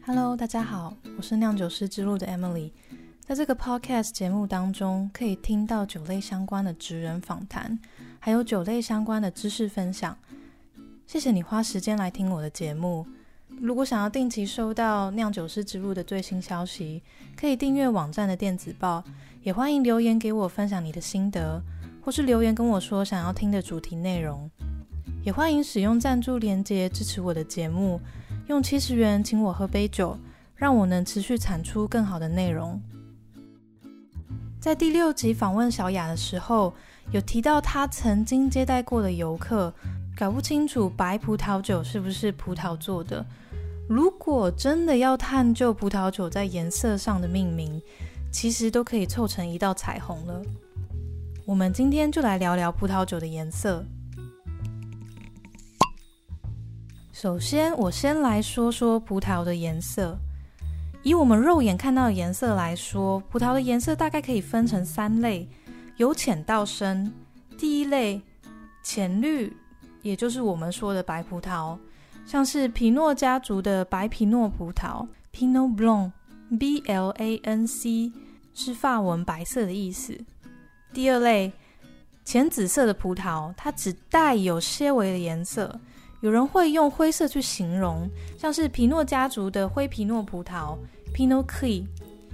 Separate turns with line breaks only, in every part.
Hello， 大家好，我是酿酒师之路的 Emily。在这个 podcast 节目当中，可以听到酒类相关的职人访谈，还有酒类相关的知识分享。谢谢你花时间来听我的节目。如果想要定期收到酿酒师之路的最新消息，可以订阅网站的电子报，也欢迎留言给我分享你的心得，或是留言跟我说想要听的主题内容。也欢迎使用赞助连结支持我的节目，用70元请我喝杯酒，让我能持续产出更好的内容。在第6集访问小雅的时候，有提到她曾经接待过的游客搞不清楚白葡萄酒是不是葡萄做的。如果真的要探究葡萄酒在颜色上的命名，其实都可以凑成一道彩虹了。我们今天就来聊聊葡萄酒的颜色。首先，我先来说说葡萄的颜色。以我们肉眼看到的颜色来说，葡萄的颜色大概可以分成3类，由浅到深。第一类，浅绿，也就是我们说的白葡萄，像是皮诺家族的白皮诺葡萄 Pinot Blanc BLANC 是法文白色的意思。第二类，浅紫色的葡萄，它只带有些微的颜色，有人会用灰色去形容，像是皮诺家族的灰皮诺葡萄 Pinot Gris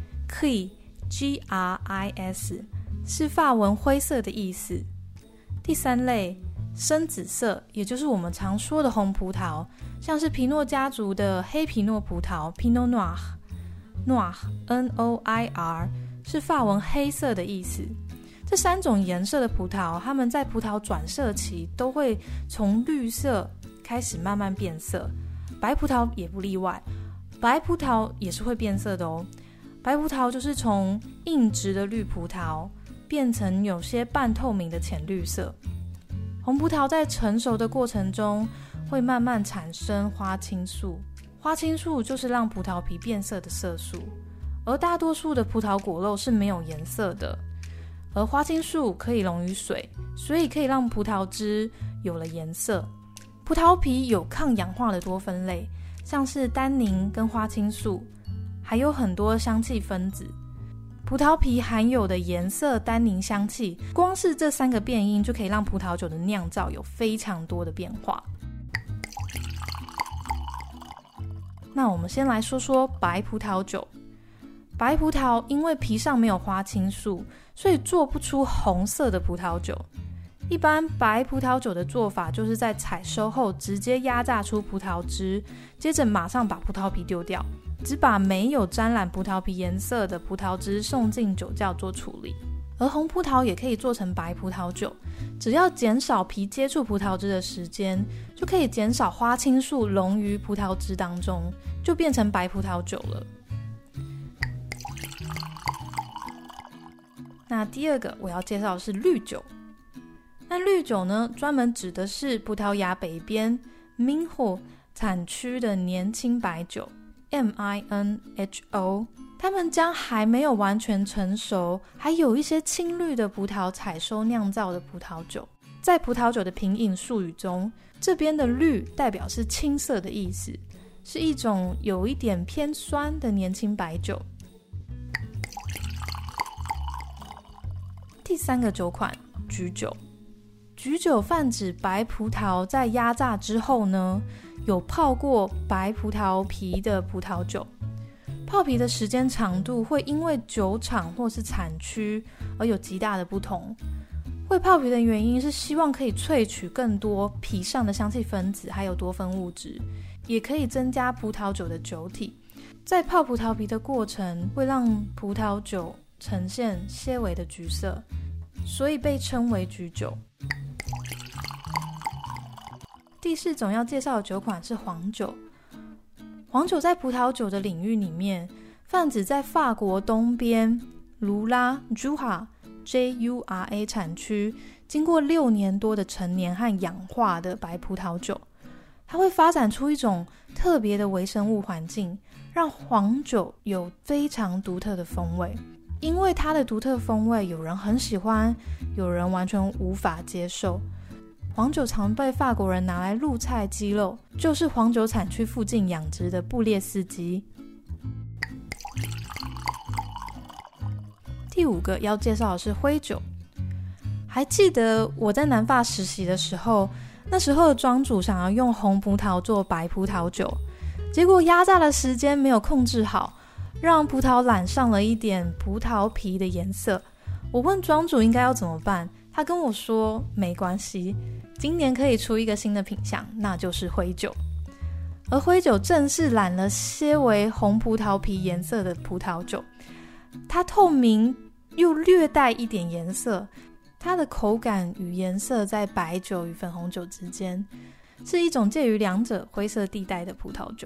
Gris 是法文灰色的意思。第三类，深紫色，也就是我们常说的红葡萄，像是皮诺家族的黑皮诺葡萄 Pinot Noir Noir 是法文黑色的意思。这3种颜色的葡萄，它们在葡萄转色期都会从绿色开始慢慢变色，白葡萄也不例外，白葡萄也是会变色的哦。白葡萄就是从硬质的绿葡萄变成有些半透明的浅绿色。红葡萄在成熟的过程中会慢慢产生花青素，花青素就是让葡萄皮变色的色素，而大多数的葡萄果肉是没有颜色的，而花青素可以溶于水，所以可以让葡萄汁有了颜色。葡萄皮有抗氧化的多酚类，像是单宁跟花青素，还有很多香气分子。葡萄皮含有的颜色、单宁、香气，光是这3个变因就可以让葡萄酒的酿造有非常多的变化。那我们先来说说白葡萄酒。白葡萄因为皮上没有花青素，所以做不出红色的葡萄酒。一般白葡萄酒的做法就是在采收后直接压榨出葡萄汁，接着马上把葡萄皮丢掉，只把没有沾染葡萄皮颜色的葡萄汁送进酒窖做处理。而红葡萄也可以做成白葡萄酒，只要减少皮接触葡萄汁的时间，就可以减少花青素溶于葡萄汁当中，就变成白葡萄酒了。那第二个我要介绍的是绿酒。那绿酒呢，专门指的是葡萄牙北边 Minho 产区的年轻白酒 MINHO， 他们将还没有完全成熟，还有一些青绿的葡萄采收酿造的葡萄酒。在葡萄酒的品饮术语中，这边的绿代表是青色的意思，是一种有一点偏酸的年轻白酒。第3个酒款，橘酒。橘酒泛指白葡萄在压榨之后呢，有泡过白葡萄皮的葡萄酒。泡皮的时间长度会因为酒厂或是产区而有极大的不同。会泡皮的原因是希望可以萃取更多皮上的香气分子还有多酚物质，也可以增加葡萄酒的酒体。在泡葡萄皮的过程会让葡萄酒呈现些微的橘色，所以被称为橘酒。第4种要介绍的酒款是黄酒。黄酒在葡萄酒的领域里面，泛指在法国东边卢拉 Jura 产区经过6年多的陈年和氧化的白葡萄酒。它会发展出一种特别的微生物环境，让黄酒有非常独特的风味。因为它的独特风味，有人很喜欢，有人完全无法接受。 黄酒常被法国人拿来入菜鸡肉，就是黄酒产区附近养殖的布列斯鸡。第5个要介绍的是灰酒。还记得我在南法实习的时候，那时候的庄主想要用红葡萄做白葡萄酒，结果压榨的时间没有控制好，让葡萄染上了一点葡萄皮的颜色。我问庄主应该要怎么办，他跟我说没关系，今年可以出一个新的品项，那就是灰酒。而灰酒正是染了些微红葡萄皮颜色的葡萄酒，它透明又略带一点颜色，它的口感与颜色在白酒与粉红酒之间，是一种介于两者灰色地带的葡萄酒。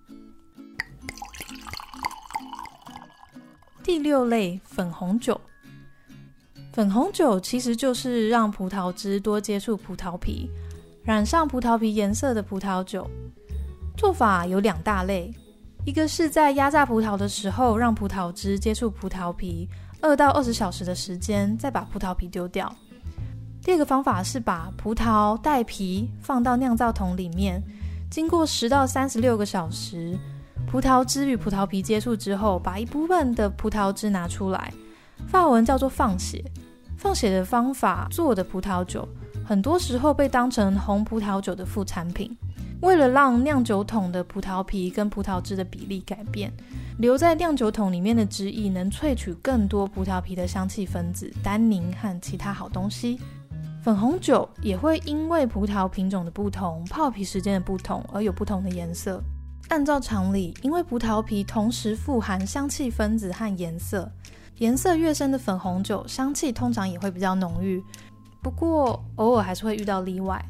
第6类，粉红酒。粉红酒其实就是让葡萄汁多接触葡萄皮，染上葡萄皮颜色的葡萄酒。做法有2大类，一个是在压榨葡萄的时候，让葡萄汁接触葡萄皮2到20小时的时间，再把葡萄皮丢掉。第2个方法是把葡萄带皮放到酿造桶里面，经过10到36个小时，葡萄汁与葡萄皮接触之后，把一部分的葡萄汁拿出来，法文叫做放血。放血的方法做的葡萄酒，很多时候被当成红葡萄酒的副产品。为了让酿酒桶的葡萄皮跟葡萄汁的比例改变，留在酿酒桶里面的汁液能萃取更多葡萄皮的香气分子、单宁和其他好东西。粉红酒也会因为葡萄品种的不同、泡皮时间的不同而有不同的颜色。按照常理，因为葡萄皮同时富含香气分子和颜色，颜色越深的粉红酒香气通常也会比较浓郁，不过偶尔还是会遇到例外。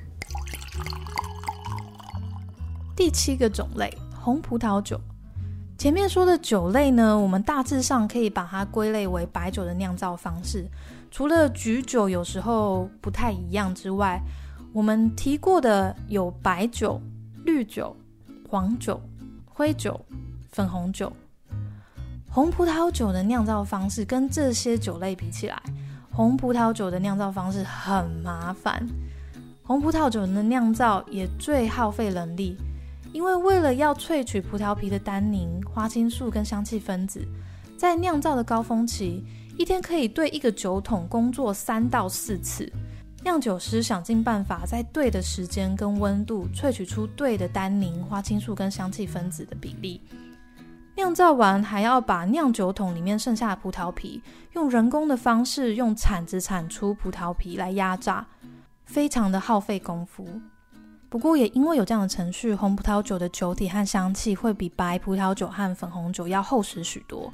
第7个种类，红葡萄酒。前面说的酒类呢，我们大致上可以把它归类为白酒的酿造方式，除了橘酒有时候不太一样之外，我们提过的有白酒、绿酒、黄酒、灰酒、粉红酒。红葡萄酒的酿造方式跟这些酒类比起来，红葡萄酒的酿造方式很麻烦。红葡萄酒的酿造也最耗费人力，因为为了要萃取葡萄皮的单宁、花青素跟香气分子，在酿造的高峰期，一天可以对一个酒桶工作3到4次。酿酒师想尽办法在对的时间跟温度萃取出对的单宁、花青素跟香气分子的比例。酿造完还要把酿酒桶里面剩下的葡萄皮用人工的方式用铲子铲出葡萄皮来压榨，非常的耗费功夫。不过也因为有这样的程序，红葡萄酒的酒体和香气会比白葡萄酒和粉红酒要厚实许多。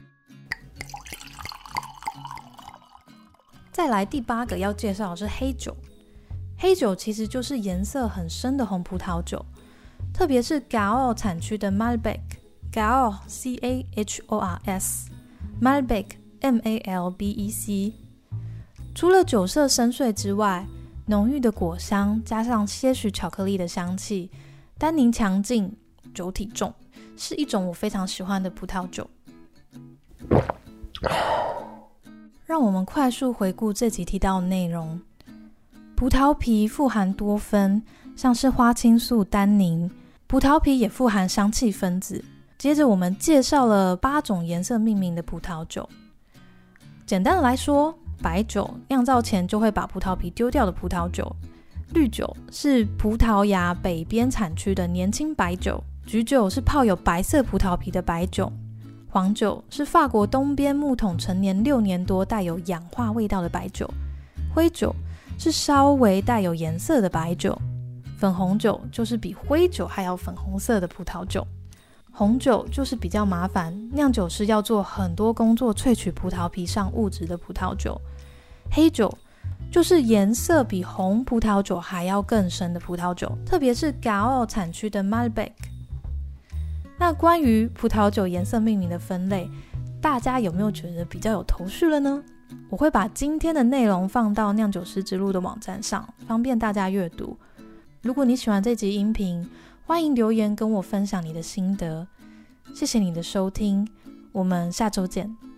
再来第8个要介绍的是黑酒。黑酒其实就是颜色很深的红葡萄酒，特别是嘎奥产区的 Malbec， 嘎奥 C-A-H-O-R-S， Malbec M-A-L-B-E-C。 除了酒色深邃之外，浓郁的果香加上些许巧克力的香气，单宁强劲，酒体重，是一种我非常喜欢的葡萄酒。让我们快速回顾这集提到的内容。葡萄皮富含多酚，像是花青素、单宁，葡萄皮也富含香气分子。接着我们介绍了8种颜色命名的葡萄酒。简单的来说，白酒酿造前就会把葡萄皮丢掉的葡萄酒，绿酒是葡萄牙北边产区的年轻白酒，橘酒是泡有白色葡萄皮的白酒，黄酒是法国东边木桶陈年6年多带有氧化味道的白酒，灰酒是稍微带有颜色的白酒，粉红酒就是比灰酒还要粉红色的葡萄酒，红酒就是比较麻烦，酿酒师要做很多工作萃取葡萄皮上物质的葡萄酒，黑酒就是颜色比红葡萄酒还要更深的葡萄酒，特别是嘎奥产区的 Malbec。 那关于葡萄酒颜色命名的分类，大家有没有觉得比较有头绪了呢？我会把今天的内容放到酿酒师之路的网站上，方便大家阅读。如果你喜欢这集音频，欢迎留言跟我分享你的心得。谢谢你的收听，我们下周见。